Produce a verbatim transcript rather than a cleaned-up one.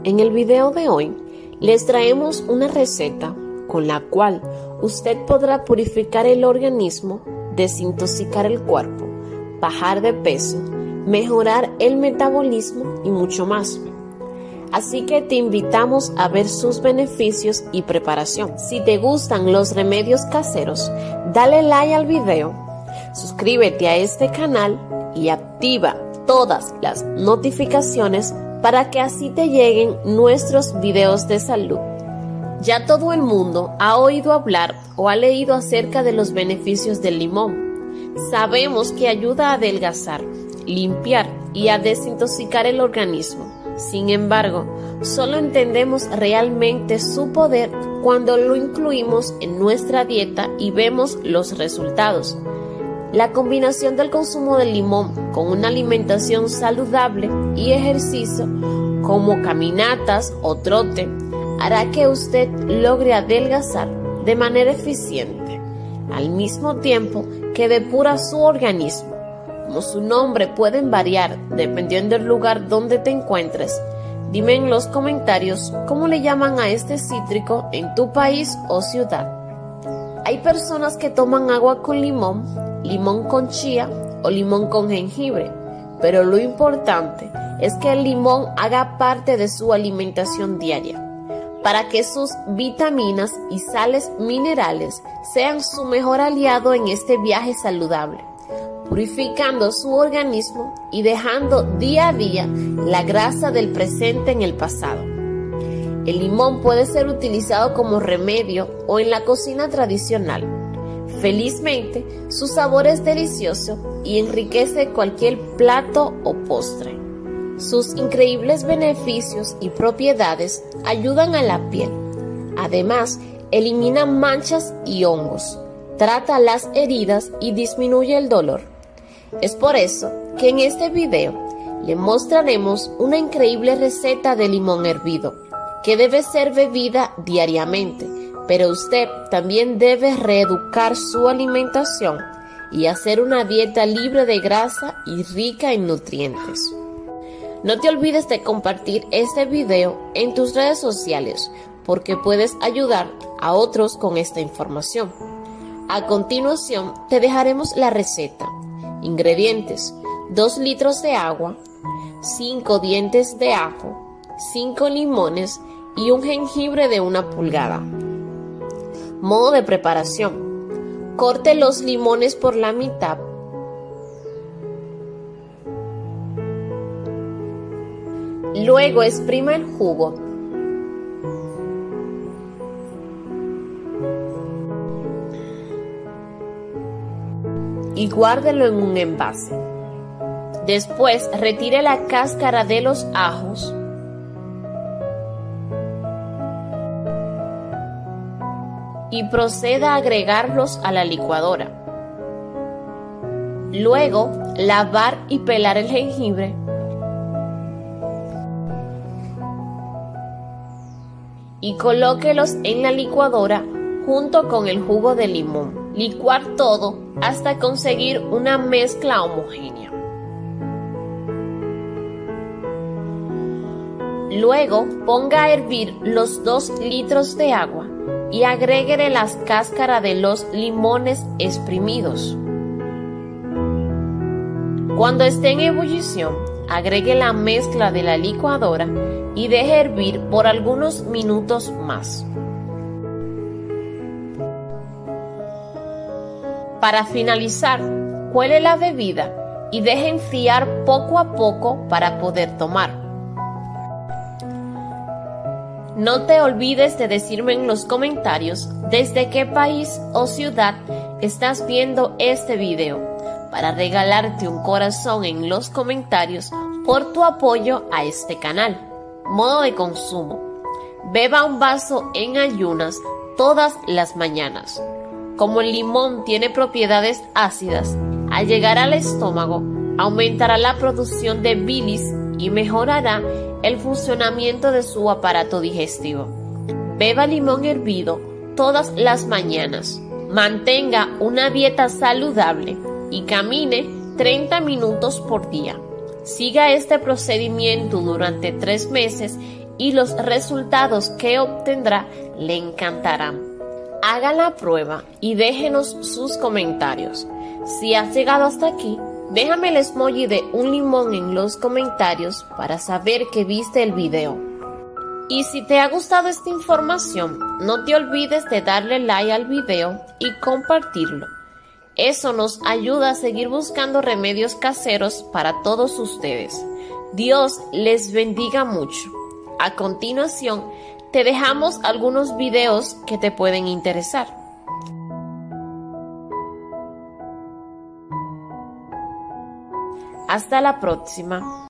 En el video de hoy les traemos una receta con la cual usted podrá purificar el organismo, desintoxicar el cuerpo, bajar de peso, mejorar el metabolismo y mucho más. Así que te invitamos a ver sus beneficios y preparación. Si te gustan los remedios caseros, dale like al video, suscríbete a este canal y activa todas las notificaciones para que así te lleguen nuestros videos de salud. Ya todo el mundo ha oído hablar o ha leído acerca de los beneficios del limón. Sabemos que ayuda a adelgazar, limpiar y a desintoxicar el organismo. Sin embargo, solo entendemos realmente su poder cuando lo incluimos en nuestra dieta y vemos los resultados. La combinación del consumo del limón con una alimentación saludable y ejercicio como caminatas o trote hará que usted logre adelgazar de manera eficiente, al mismo tiempo que depura su organismo. Como su nombre pueden variar dependiendo del lugar donde te encuentres, dime en los comentarios cómo le llaman a este cítrico en tu país o ciudad. Hay personas que toman agua con limón, limón con chía o limón con jengibre, pero lo importante es que el limón haga parte de su alimentación diaria, para que sus vitaminas y sales minerales sean su mejor aliado en este viaje saludable, purificando su organismo y dejando día a día la grasa del presente en el pasado. El limón puede ser utilizado como remedio o en la cocina tradicional. Felizmente, su sabor es delicioso y enriquece cualquier plato o postre. Sus increíbles beneficios y propiedades ayudan a la piel. Además, elimina manchas y hongos, trata las heridas y disminuye el dolor. Es por eso que en este video le mostraremos una increíble receta de limón hervido, que debe ser bebida diariamente, pero usted también debe reeducar su alimentación y hacer una dieta libre de grasa y rica en nutrientes. No te olvides de compartir este video en tus redes sociales porque puedes ayudar a otros con esta información. A continuación te dejaremos la receta. Ingredientes: dos litros de agua, cinco dientes de ajo, cinco limones y un jengibre de una pulgada. Modo de preparación: corte los limones por la mitad. Luego exprima el jugo. Y guárdelo en un envase. Después retire la cáscara de los ajos y proceda a agregarlos a la licuadora. Luego, lavar y pelar el jengibre y colóquelos en la licuadora junto con el jugo de limón. Licuar todo hasta conseguir una mezcla homogénea. Luego, ponga a hervir los dos litros de agua y agréguele las cáscaras de los limones exprimidos. Cuando esté en ebullición, agregue la mezcla de la licuadora y deje hervir por algunos minutos más. Para finalizar, cuele la bebida y deje enfriar poco a poco para poder tomar. No te olvides de decirme en los comentarios desde qué país o ciudad estás viendo este video para regalarte un corazón en los comentarios por tu apoyo a este canal. Modo de consumo: beba un vaso en ayunas todas las mañanas. Como el limón tiene propiedades ácidas, al llegar al estómago aumentará la producción de bilis y mejorará el funcionamiento de su aparato digestivo. Beba limón hervido todas las mañanas. Mantenga una dieta saludable y camine treinta minutos por día. Siga este procedimiento durante tres meses y los resultados que obtendrá le encantarán. Haga la prueba y déjenos sus comentarios. Si has llegado hasta aquí, déjame el emoji de un limón en los comentarios para saber que viste el video. Y si te ha gustado esta información, no te olvides de darle like al video y compartirlo. Eso nos ayuda a seguir buscando remedios caseros para todos ustedes. Dios les bendiga mucho. A continuación, te dejamos algunos videos que te pueden interesar. Hasta la próxima.